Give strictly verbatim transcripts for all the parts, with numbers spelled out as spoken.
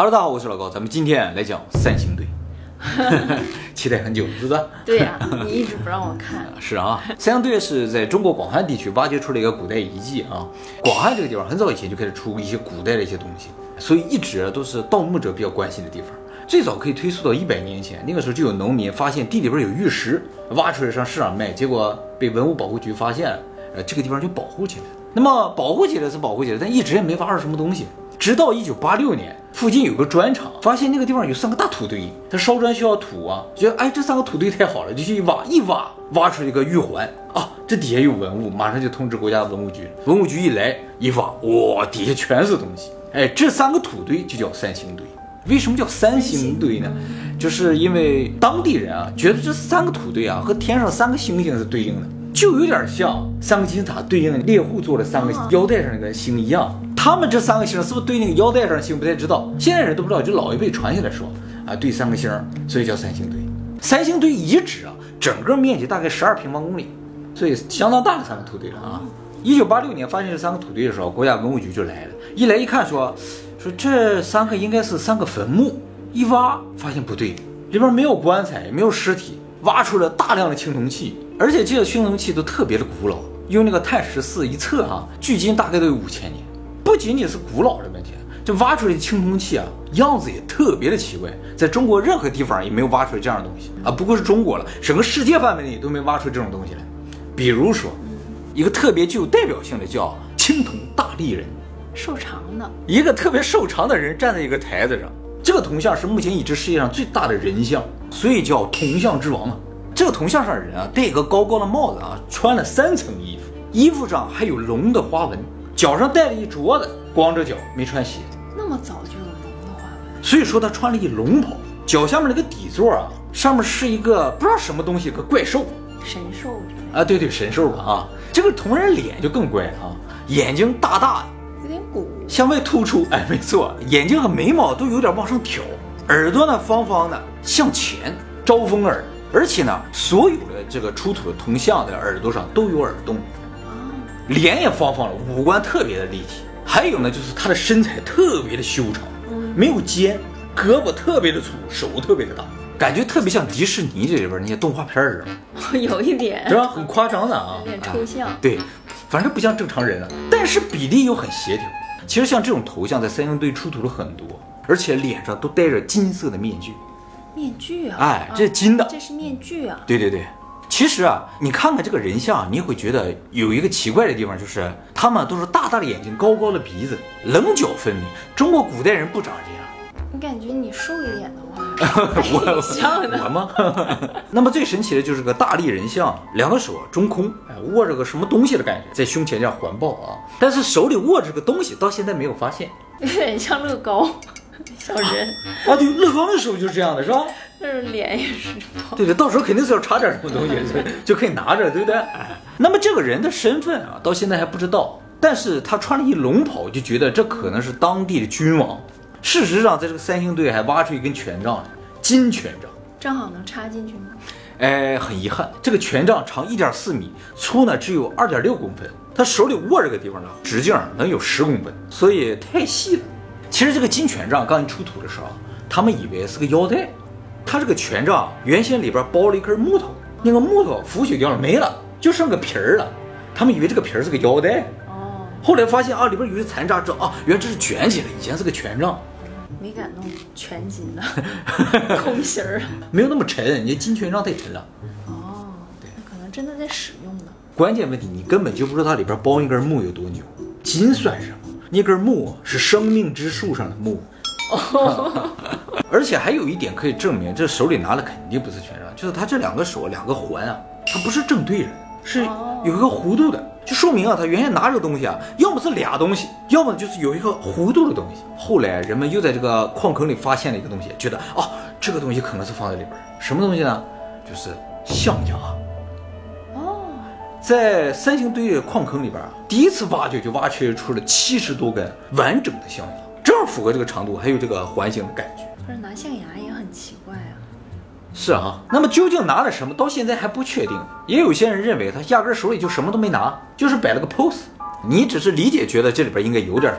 Hello， 大家好，我是老高，咱们今天来讲三星堆。期待很久，是吧？ 对呀、啊，你一直不让我看。 是啊，三星堆是在中国广汉地区挖掘出了一个古代遗迹啊。广汉这个地方很早以前就开始出一些古代的一些东西，所以一直都是盗墓者比较关心的地方。最早可以推溯到一百年前，那个时候就有农民发现地里边有玉石，挖出来上市场卖，结果被文物保护局发现了，呃，这个地方就保护起来了。那么保护起来是保护起来，但一直也没挖出什么东西。直到一九八六年，附近有个砖厂，发现那个地方有三个大土堆，他烧砖需要土啊，觉得哎这三个土堆太好了，就去一挖，一挖挖出一个玉环啊，这底下有文物，马上就通知国家文物局，文物局一来一挖，哇，底下全是东西，哎，这三个土堆就叫三星堆。为什么叫三星堆呢？就是因为当地人啊觉得这三个土堆啊和天上三个星星是对应的，就有点像三个金字塔对应猎户座的三个腰带上那个星一样。他们这三个星是不是对那个腰带上的星不太知道，现在人都不知道，就老一辈传下来说啊，对三个星，所以叫三星堆。三星堆遗址啊，整个面积大概十二平方公里，所以相当大的三个土堆了啊。一九八六年发现这三个土堆的时候，国家文物局就来了，一来一看说说这三个应该是三个坟墓，一挖发现不对，里边没有棺材，没有尸体，挖出了大量的青铜器，而且这些青铜器都特别的古老，用那个碳十四一测哈、啊，距今大概都有五千年。不仅仅是古老的问题，这挖出来的青铜器啊，样子也特别的奇怪，在中国任何地方也没有挖出来这样的东西啊，不过是中国了，整个世界范围内都没挖出这种东西来。比如说，一个特别具有代表性的叫青铜大立人， 瘦长的， 一个特别瘦长的人站在一个台子上，这个铜像是目前已知世界上最大的人像，所以叫铜像之王啊。这个铜像上的人啊，戴一个高高的帽子啊，穿了三层衣服，衣服上还有龙的花纹。脚上戴了一镯子，光着脚没穿鞋。 那么早就有龙的花纹， 所以说他穿了一龙袍，脚下面那个底座啊，上面是一个不知道什么东西，个怪兽， 神兽啊，对对，神兽吧啊。这个铜人脸就更怪了啊，眼睛大大的， 有点鼓， 向外突出，哎，没错，眼睛和眉毛都有点往上挑，耳朵呢方方的向前，招风耳，而且呢，所有的这个出土的铜像的耳朵上都有耳洞。脸也方方的，五官特别的立体，还有呢，就是他的身材特别的修长，没有肩，胳膊特别的粗，手特别的大，感觉特别像迪士尼这里边那些动画片儿啊，有一点是吧？很夸张的啊， 有点抽象、 啊。对，反正不像正常人啊，但是比例又很协调。其实像这种头像在三星堆出土了很多，而且脸上都戴着金色的面具。 面具啊？ 哎，这是金的， 这是面具啊。 对对对。其实啊，你看看这个人像，你也会觉得有一个奇怪的地方，就是他们都是大大的眼睛，高高的鼻子，棱角分明。中国古代人不长这样。 你感觉你瘦一点的话， 我像的我吗？那么最神奇的就是个大立人像，两个手中空，哎，握着个什么东西的感觉，在胸前这样环抱啊。但是手里握着个东西，到现在没有发现， 有点像乐高小人啊。对，乐高的时候就是这样的，是吧？ 就是脸也是。 对对，到时候肯定是要插点什么东西，就可以拿着，对不对？那么这个人的身份啊，到现在还不知道，但是他穿了一龙袍，就觉得这可能是当地的君王。事实上，在这个三星堆还挖出一根权杖来，金权杖， 正好能插进去吗？ 哎，很遗憾，这个权杖长一点四米，粗呢只有二点六公分，他手里握这个地方呢，直径能有十公分，所以太细了。其实这个金权杖刚一出土的时候，他们以为是个腰带。它这个权杖原先里边包了一根木头，那个木头腐朽掉了没了，就剩个皮儿了。他们以为这个皮儿是个腰带， 哦， 后来发现啊里边有些残渣，知道啊原来这是卷起来，以前是个权杖。 没敢弄全金的空心儿， 没有那么沉，你金权杖太沉了。 哦，对，那可能真的在使用呢。 关键问题你根本就不知道它里边包一根木有多牛，金算什么？那根木是生命之树上的木。哦而且还有一点可以证明，这手里拿的肯定不是权杖，就是他这两个手两个环啊，它不是正对着的，是有一个弧度的，就说明啊，他原先拿这个东西啊，要么是俩东西，要么就是有一个弧度的东西。后来人们又在这个矿坑里发现了一个东西，觉得哦，这个东西可能是放在里边，什么东西呢？就是象牙。 哦， 在三星堆的矿坑里边啊，第一次挖掘就挖掘出了七十多根完整的象牙，正好符合这个长度，还有这个环形的感觉。 可是拿象牙也很奇怪啊。 是啊，那么究竟拿了什么，到现在还不确定。也有些人认为他压根手里就什么都没拿，就是摆了个 pose。你只是理解觉得这里边应该有点什么东西，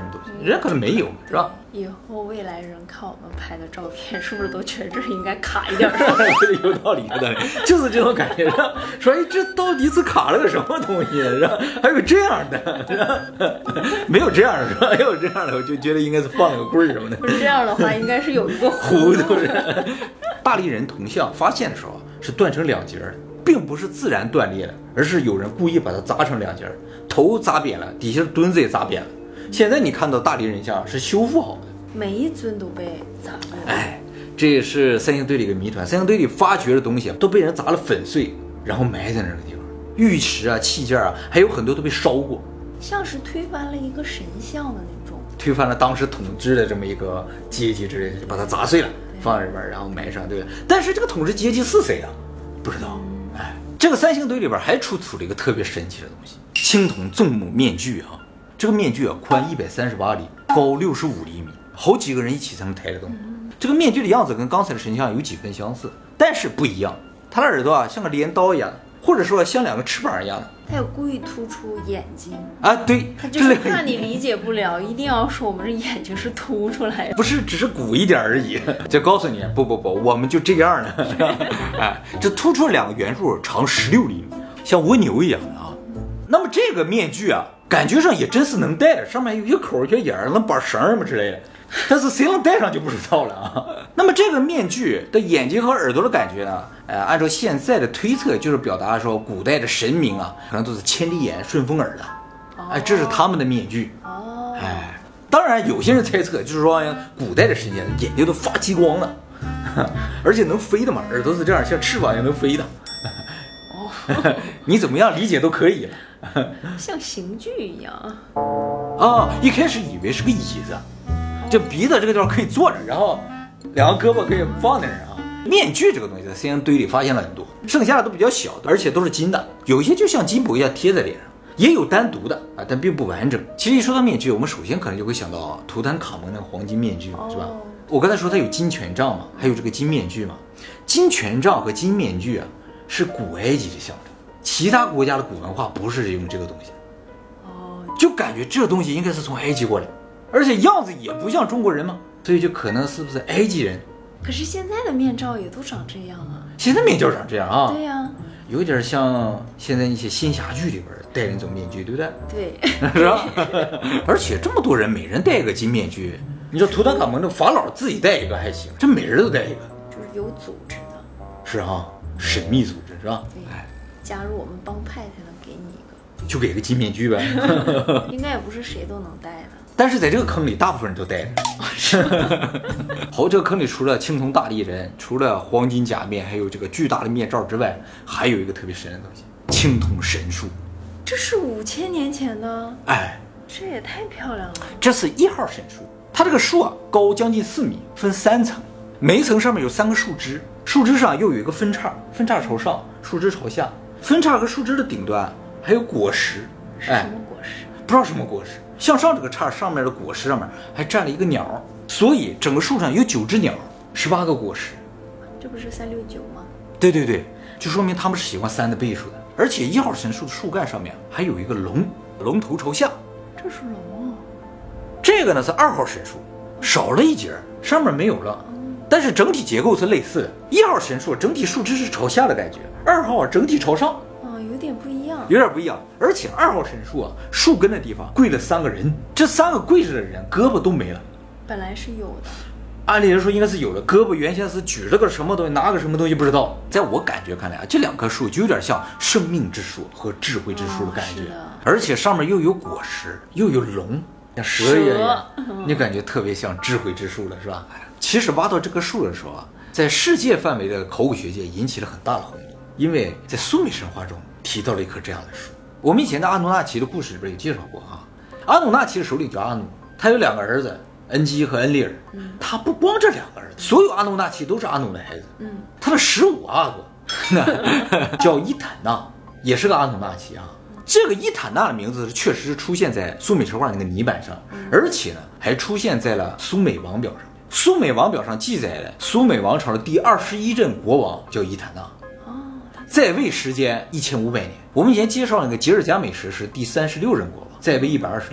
人家可能没有，是吧？ 以后未来人看我们拍的照片，是不是都觉得这应该卡一点儿？ 有道理，有道理，就是这种感觉，是吧？说哎，这到底是卡了个什么东西，是吧？还有这样的，是吧？没有这样的，是吧？要有这样的，我就觉得应该是放了个棍儿什么的。 不是这样的话，应该是有一个弧度的。大力人铜像发现的时候是断成两截儿，并不是自然断裂的，而是有人故意把它砸成两截儿，头砸扁了，底下墩子也砸扁了。现在你看到大力人像是修复好的， 每一尊都被砸过。 哎，这也是三星堆里一个谜团。三星堆里发掘的东西都被人砸了粉碎，然后埋在那个地方。玉石啊、器件啊，还有很多都被烧过， 像是推翻了一个神像的那种， 推翻了当时统治的这么一个阶级之类的，就把它砸碎了，放在里边，然后埋上，对吧？但是这个统治阶级是谁啊？不知道。哎，这个三星堆里边还出土了一个特别神奇的东西——青铜纵目面具啊。这个面具啊，宽一百三十八厘，高六十五厘米，好几个人一起才能抬得动。这个面具的样子跟刚才的神像有几分相似，但是不一样。它的耳朵啊，像个镰刀一样，或者说像两个翅膀一样的。 他有故意突出眼睛啊，对， 他就是怕你理解不了，一定要说我们这眼睛是凸出来的， 不是只是鼓一点而已，就告诉你，不不不，我们就这样的。哎，这突出两个圆柱，长十六厘米，像蜗牛一样的啊。那么这个面具啊，感觉上也真是能戴的，上面有些口、有些眼儿，能绑绳什么之类的。但是谁能戴上就不知道了啊。那么这个面具的眼睛和耳朵的感觉呢？呃，按照现在的推测，就是表达说古代的神明啊，可能都是千里眼、顺风耳的。哎，这是他们的面具。 哦， 哎，当然有些人猜测，就是说古代的神仙眼睛都发激光的，而且能飞的嘛，耳朵是这样，像翅膀一样能飞的。哦，你怎么样理解都可以了。 像刑具一样啊！一开始以为是个椅子，就鼻子这个地方可以坐着，然后两个胳膊可以放在那儿啊。面具这个东西在三星堆里发现了很多，剩下的都比较小的，而且都是金的，有一些就像金箔一样贴在脸上，也有单独的啊，但并不完整。其实一说到面具，我们首先可能就会想到图坦卡蒙那个黄金面具，是吧？我刚才说它有金权杖嘛，还有这个金面具嘛。金权杖和金面具啊，是古埃及的象征。其他国家的古文化不是用这个东西，哦，就感觉这东西应该是从埃及过来，而且样子也不像中国人嘛，所以就可能是不是埃及人？ 可是现在的面罩也都长这样啊， 现在面罩长这样啊？ 对呀、啊， 有点像现在一些仙侠剧里边戴那种面具，对不对？ 对， 是吧？而且这么多人，每人戴一个金面具，你说图坦卡蒙的法老自己戴一个还行，这每人都戴一个， 就是有组织的， 是啊，神秘组织是吧？ 对。哎，加入我们帮派才能给你一个， 就给个金面具呗。 应该也不是谁都能戴的， 但是在这个坑里，大部分人都戴着。好，这个坑里除了青铜大力人，除了黄金甲面，还有这个巨大的面罩之外，还有一个特别神的东西——青铜神树。 这是五千年前的， 哎， 这也太漂亮了。 这是一号神树，它这个树啊高将近四米，分三层，每一层上面有三个树枝，树枝上又有一个分叉，分叉朝上，树枝朝下。分叉和树枝的顶端还有果实， 是什么果实？ 不知道什么果实。向上这个叉上面的果实上面还站了一个鸟，所以整个树上有九只鸟，十八个果实。 这不是三六九吗？ 对对对，就说明他们是喜欢三的倍数的。而且一号神树的树干上面还有一个龙，龙头朝下。 这是龙啊！ 这个呢是二号神树，少了一节，上面没有了。但是整体结构是类似的。一号神树整体树枝是朝下的感觉，二号整体朝上， 啊，有点不一样， 有点不一样。而且二号神树啊，树根的地方跪了三个人，这三个跪着的人胳膊都没了。 本来是有的， 按理来说应该是有的，胳膊原先是举了个什么东西，拿个什么东西不知道。在我感觉看来啊，这两棵树就有点像生命之树和智慧之树的感觉， 哦、 而且上面又有果实，又有龙，像蛇一样，你感觉特别像智慧之树了，是吧？其实挖到这棵树的时候啊，在世界范围的考古学界引起了很大的轰动，因为在苏美神话中提到了一棵这样的树。我们以前在阿努纳奇的故事里边有介绍过啊，阿努纳奇的首领叫阿努，他有两个儿子，恩基和恩利尔。嗯，他不光这两个儿子，所有阿努纳奇都是阿努的孩子。嗯，他的十五阿哥叫伊坦纳，也是个阿努纳奇啊。这个伊坦纳的名字确实是出现在苏美神话那个泥板上，而且呢还出现在了苏美王表上。苏美王表上记载了苏美王朝的第二十一任国王叫伊坦纳，在位时间一千五百年。我们以前介绍那个吉尔加美什是第三十六任国王，在位一百二十六年。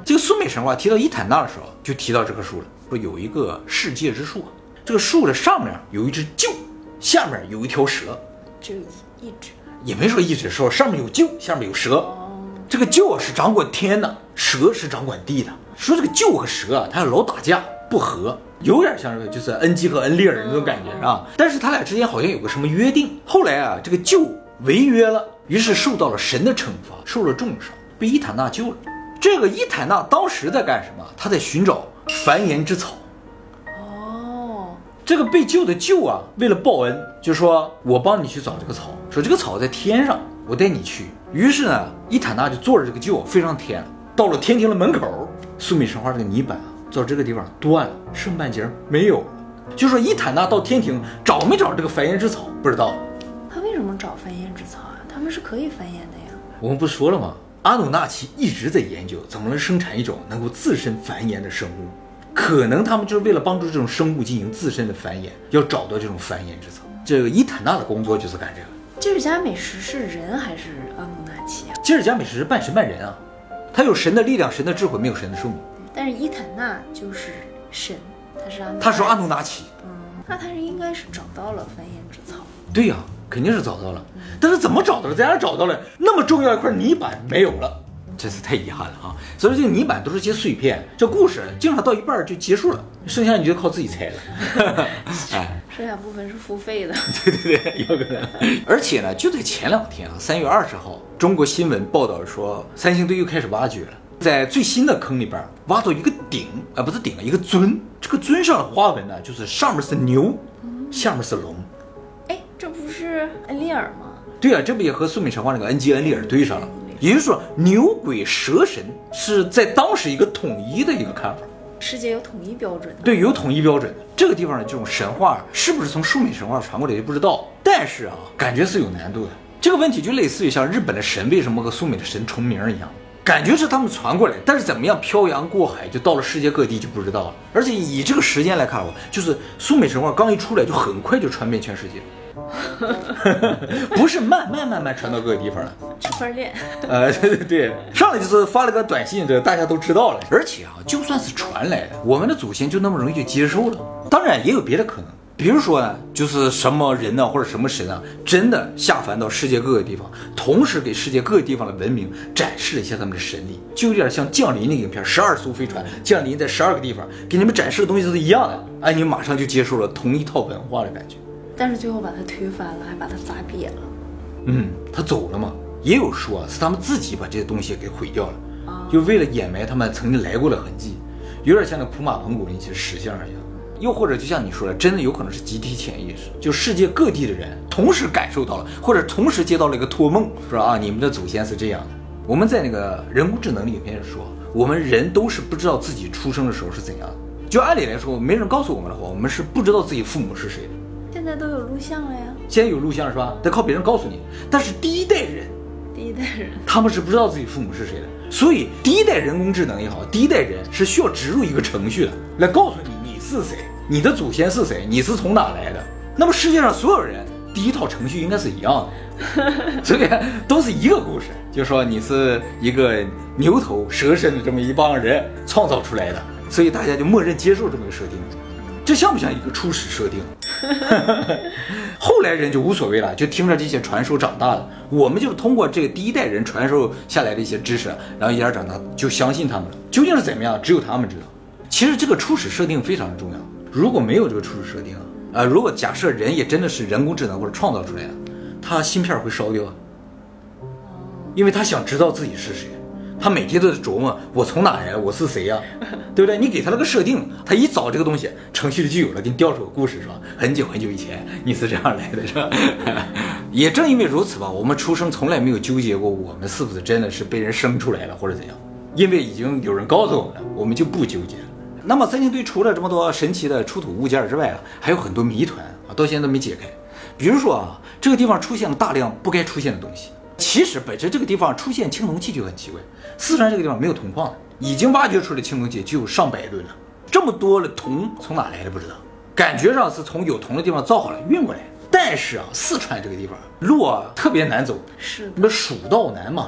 这个苏美神话提到伊坦纳的时候，就提到这棵树了，说有一个世界之树啊，这个树的上面有一只鹫，下面有一条蛇， 只有一一只， 也没说一只，说上面有鹫，下面有蛇。哦，这个鹫是掌管天的，蛇是掌管地的。说这个鹫和蛇啊，它老打架不和，有点像是就是恩基和恩利尔那种感觉啊。但是他俩之间好像有个什么约定。后来啊，这个鹫违约了，于是受到了神的惩罚，受了重伤，被伊坦纳救了。这个伊坦纳当时在干什么？他在寻找繁衍之草。 哦， 这个被救的鹫啊，为了报恩，就说我帮你去找这个草，说这个草在天上，我带你去。于是呢，伊坦纳就坐着这个鹫飞上天了，到了天庭的门口。苏美神话这个泥板啊，到这个地方断了，剩半截没有了。就说伊坦纳到天庭找没找这个繁衍之草不知道。 他为什么找繁衍之草啊？他们是可以繁衍的呀。 我们不说了吗？阿努纳奇一直在研究怎么能生产一种能够自身繁衍的生物，可能他们就是为了帮助这种生物进行自身的繁衍，要找到这种繁衍之草。这个伊坦纳的工作就是干这个。 吉尔加美什是人还是阿努纳奇啊？ 吉尔加美什是半神半人啊，他有神的力量、神的智慧，没有神的寿命。 但是伊坦纳就是神，他是阿努， 他说阿努纳奇。 嗯，那他是应该是找到了繁衍之草。 对呀、啊，肯定是找到了，但是怎么找到了？在哪找到了？那么重要一块泥板没有了，真是太遗憾了啊！所以这个泥板都是些碎片，这故事经常到一半就结束了，剩下你就靠自己猜了。哎， 剩下部分是付费的。 对对对，有可能。而且呢，就在前两天啊，三月二十号，中国新闻报道说，三星堆又开始挖掘了，在最新的坑里边挖到一个鼎啊，不是鼎啊，一个尊。这个尊上的花纹呢，就是上面是牛，下面是龙。 哎，这不是恩利尔吗？ 对啊，这不也和苏美神话那个恩基恩利尔对上了？也就是说，牛鬼蛇神是在当时一个统一的一个看法。 世界有统一标准的。 对，有统一标准的。这个地方的这种神话是不是从苏美神话传过来就不知道，但是啊，感觉是有难度的。这个问题就类似于像日本的神为什么和苏美的神重名一样，感觉是他们传过来，但是怎么样漂洋过海就到了世界各地就不知道了。而且以这个时间来看，就是苏美神话刚一出来就很快就传遍全世界。不是慢慢慢慢传到各个地方了， 区块链。 呃，对对对，上来就是发了个短信，这大家都知道了。而且啊，就算是传来的，我们的祖先就那么容易就接受了？当然也有别的可能，比如说呢，就是什么人呢，或者什么神啊，真的下凡到世界各个地方，同时给世界各个地方的文明展示了一下他们的神力，就有点像降临那个影片，十二艘飞船降临在十二个地方，给你们展示的东西都是一样的，哎，你们马上就接受了同一套文化的感觉。 但是最后把他推翻了，还把他砸瘪了。 嗯，他走了嘛？也有说啊，是他们自己把这些东西给毁掉了，啊、就为了掩埋他们曾经来过的痕迹，有点像那普马蓬古那些石像一样。又或者就像你说的，真的有可能是集体潜意识，就世界各地的人同时感受到了，或者同时接到了一个托梦，说啊，你们的祖先是这样的。我们在那个人工智能里面说，我们人都是不知道自己出生的时候是怎样的。就按理来说，没人告诉我们的话，我们是不知道自己父母是谁的。 现在都有录像了呀， 现在有录像是吧？得靠别人告诉你。但是第一代人， 第一代人他们是不知道自己父母是谁的，所以第一代人工智能也好，第一代人是需要植入一个程序的，来告诉你你是谁，你的祖先是谁，你是从哪来的。那么世界上所有人第一套程序应该是一样的，所以都是一个故事，就说你是一个牛头蛇身的这么一帮人创造出来的，所以大家就默认接受这么个设定。这像不像一个初始设定？后来人就无所谓了，就听着这些传说长大的。我们就是通过这个第一代人传授下来的一些知识，然后一点长大就相信他们了。究竟是怎么样，只有他们知道。其实这个初始设定非常重要。如果没有这个初始设定啊、呃，如果假设人也真的是人工智能或者创造出来的，他芯片会烧掉，因为他想知道自己是谁。他每天都在琢磨我从哪来，我是谁呀、啊，对不对？你给他了个设定，他一找这个东西，程序里就有了，给你调出个故事是吧？很久很久以前你是这样来的是吧？也正因为如此吧，我们出生从来没有纠结过我们是不是真的是被人生出来了或者怎样，因为已经有人告诉我们了，我们就不纠结了。那么三星堆除了这么多神奇的出土物件之外啊，还有很多谜团啊，到现在都没解开。比如说啊，这个地方出现了大量不该出现的东西。其实本身这个地方出现青铜器就很奇怪，四川这个地方没有铜矿的，已经挖掘出来的青铜器就有上百吨了，这么多的铜从哪来的不知道，感觉上是从有铜的地方造好了运过来。但是啊，四川这个地方路啊特别难走， 是那蜀道难嘛，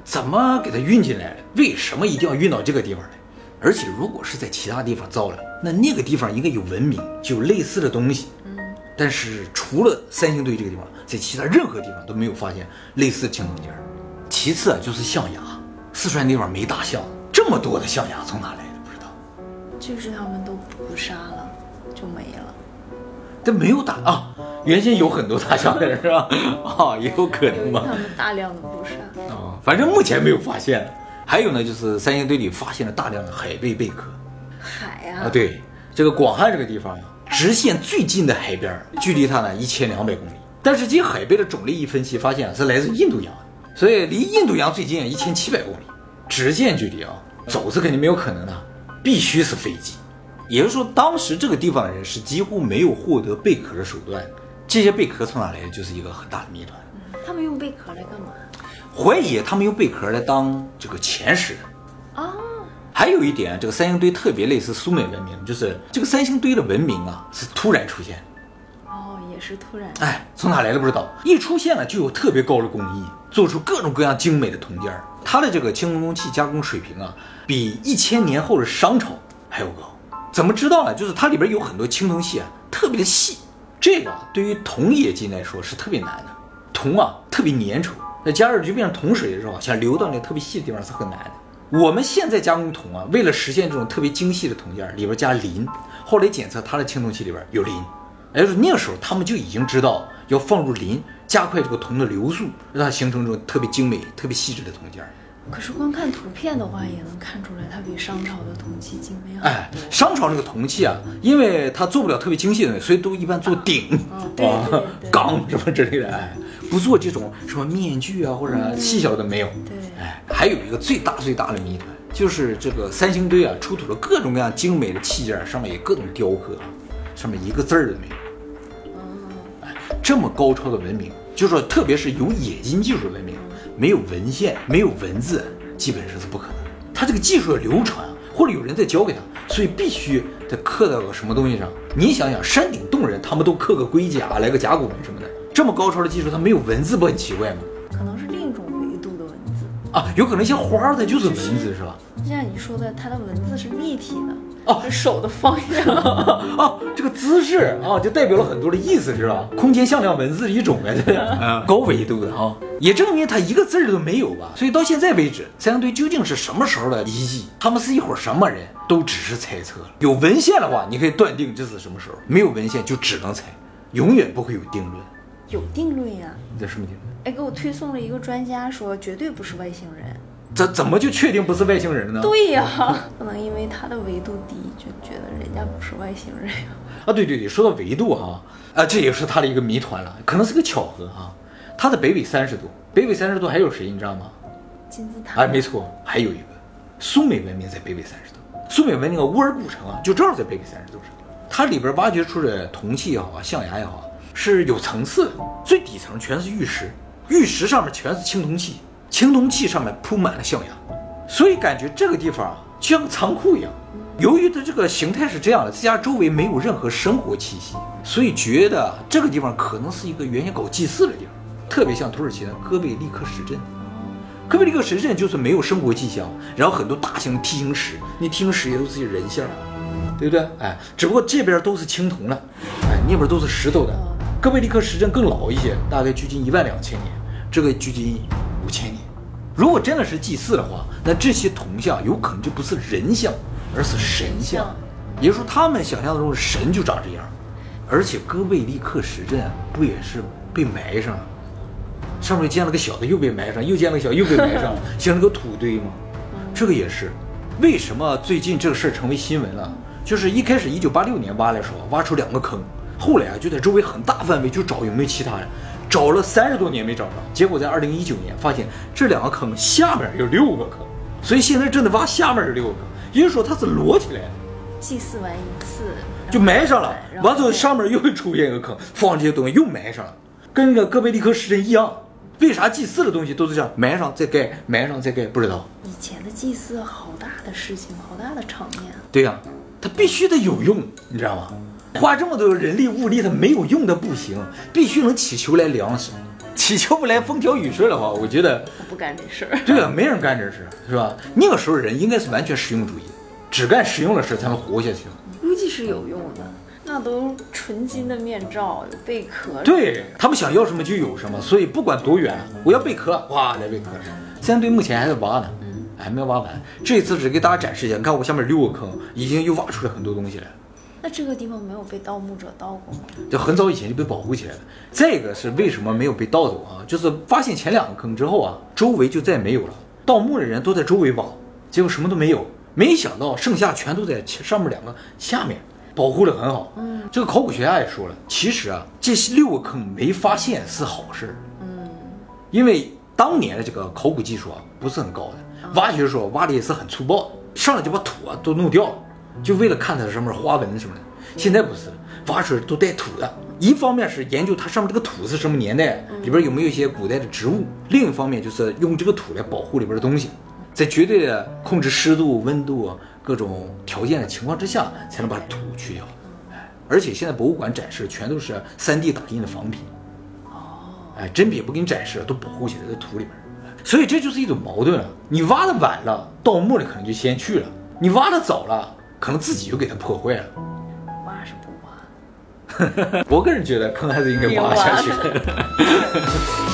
怎么给它运进来了？为什么一定要运到这个地方来？而且如果是在其他地方造了，那那个地方应该有文明，就有类似的东西。嗯，但是除了三星堆这个地方，在其他任何地方都没有发现类似的青铜件。其次啊，就是象牙，四川地方没大象，这么多的象牙从哪来的不知道。 就是他们都捕杀了，就没了。 但没有大啊，原先有很多大象的是吧？啊，也有可能吧。 他们大量的捕杀。 啊，反正目前没有发现。还有呢，就是三星堆里发现了大量的海贝贝壳。 海啊？ 啊，对，这个广汉这个地方呀，直线最近的海边，距离它呢一千两百公里。但是这些海贝的种类一分析，发现是来自印度洋，所以离印度洋最近一千七百公里，直线距离啊，走是肯定没有可能的，必须是飞机。也就是说，当时这个地方的人是几乎没有获得贝壳的手段，这些贝壳从哪来的，就是一个很大的谜团。 嗯，他们用贝壳来干嘛？ 怀疑他们用贝壳来当这个前世的。 哦， 还有一点，这个三星堆特别类似苏美文明，就是这个三星堆的文明啊是突然出现。 哦，也是突然。 哎，从哪来的不知道，一出现了就有特别高的工艺，做出各种各样精美的铜件。它的这个青铜器加工水平啊，比一千年后的商朝还要高。怎么知道呢？就是它里边有很多青铜器啊，特别的细。这个对于铜冶金来说是特别难的，铜啊特别粘稠。那加热就变成铜水的时候，想流到那个特别细的地方是很难的。我们现在加工铜啊，为了实现这种特别精细的铜件，里边加磷，后来检测它的青铜器里边有磷，也就是那个时候他们就已经知道要放入磷，加快这个铜的流速，让它形成这种特别精美、特别细致的铜件。 可是光看图片的话，也能看出来它比商朝的铜器精美啊。 哎，商朝这个铜器啊，因为它做不了特别精细的东西，所以都一般做鼎、 哦对对对对缸什么之类的，哎，不做这种什么面具啊或者细小的没有。 对， 哎，还有一个最大最大的谜团，就是这个三星堆啊，出土了各种各样精美的器件，上面有各种雕刻，上面一个字儿都没有。哎，这么高超的文明，就是说，特别是有冶金技术的文明，没有文献，没有文字，基本上是不可能的。它这个技术的流传，或者有人在教给他，所以必须得刻到个什么东西上。你想想，山顶洞人他们都刻个龟甲，来个甲骨文什么的，这么高超的技术，它没有文字不很奇怪吗？ 可能是另一种维度的文字啊，有可能像花儿的就是文字是吧？ 就像你说的，它的文字是立体的。 哦， 手的方向哦，这个姿势啊，就代表了很多的意思，是吧？空间向量文字的一种啊，这是高维度的啊，也证明它一个字儿都没有吧。所以到现在为止，三星堆究竟是什么时候的遗迹，他们是一伙什么人，都只是猜测。有文献的话，你可以断定这是什么时候；没有文献，就只能猜，永远不会有定论。 有定论呀？ 这什么定论？ 哎，给我推送了一个专家说，绝对不是外星人。 怎怎么就确定不是外星人呢？ 对呀，不能因为他的维度低就觉得人家不是外星人呀。 啊，对对对，说到维度哈，啊，这也是他的一个谜团了，可能是个巧合哈。他的北纬三十度，北纬三十度还有谁你知道吗？ 金字塔。 哎，没错，还有一个苏美文明在北纬三十度，苏美文明的乌尔古城啊，就正好在北纬三十度上。它里边挖掘出的铜器也好啊，象牙也好，是有层次的，最底层全是玉石，玉石上面全是青铜器。青铜器上面铺满了象牙，所以感觉这个地方啊就像个仓库一样。由于它这个形态是这样的，再加上周围没有任何生活气息，所以觉得这个地方可能是一个原先搞祭祀的地方，特别像土耳其的哥贝利克石阵。哥贝利克石阵就是没有生活迹象，然后很多大型梯形石，那梯形石也都是人像，对不对？哎，只不过这边都是青铜了，哎，那边都是石头的。哥贝利克石阵更老一些，大概距今一万两千年，这个距今五千年。如果真的是祭祀的话，那这些铜像有可能就不是人像，而是神像。也就是说，他们想象中的神就长这样。而且哥贝利克石阵不也是被埋上了，上面建了个小的，又被埋上，又建了个小，又被埋上，形成个土堆吗？这个也是。为什么最近这个事儿成为新闻了？就是一开始一九八六年挖的时候，挖出两个坑，后来啊就在周围很大范围就找有没有其他人。找了三十多年没找着，结果在二零一九年发现这两个坑下面有六个坑，所以现在正在挖下面有六个坑，也就是说它是摞起来的。 祭祀完一次就埋上了，完之后上面又会出现一个坑，放这些东西又埋上了，跟那个哥贝利克石阵一样。为啥祭祀的东西都是这样埋上再盖，埋上再盖？不知道。 以前的祭祀好大的事情，好大的场面。 对呀、啊，它必须得有用，你知道吗？花这么多人力物力，它没有用的不行，必须能祈求来粮食。 祈求不来风调雨顺的话，我觉得我不干这事儿。 对啊，没人干这事，是吧？那个时候人应该是完全实用主义，只干实用的事才能活下去。 估计是有用的，那都纯金的面罩，有贝壳。 对他们想要什么就有什么，所以不管多远，我要贝壳，哇，来贝壳。三队目前还在挖呢，嗯，还没挖完。这次只给大家展示一下，你看我下面六个坑，已经又挖出来很多东西来了。 那这个地方没有被盗墓者盗过吗？ 就很早以前就被保护起来了。这个是为什么没有被盗走啊？就是发现前两个坑之后啊，周围就再没有了，盗墓的人都在周围挖，结果什么都没有。没想到剩下全都在上面两个下面，保护得很好。嗯，这个考古学家也说了，其实啊，这六个坑没发现是好事。嗯，因为当年的这个考古技术啊不是很高的，挖掘的时候挖的也是很粗暴，上来就把土啊都弄掉了。就为了看它上面花纹什么的，现在不是，挖出来都带土的。一方面是研究它上面这个土是什么年代，里边有没有一些古代的植物；另一方面就是用这个土来保护里边的东西，在绝对的控制湿度、温度各种条件的情况之下，才能把土去掉。而且现在博物馆展示全都是 三 D 打印的仿品，哎，真品不给你展示，都保护起来在土里边。所以这就是一种矛盾啊！你挖的晚了，盗墓的可能就先去了；你挖的早了，可能自己就给它破坏了。 挖是不挖？ 我个人觉得坑还是应该挖下去。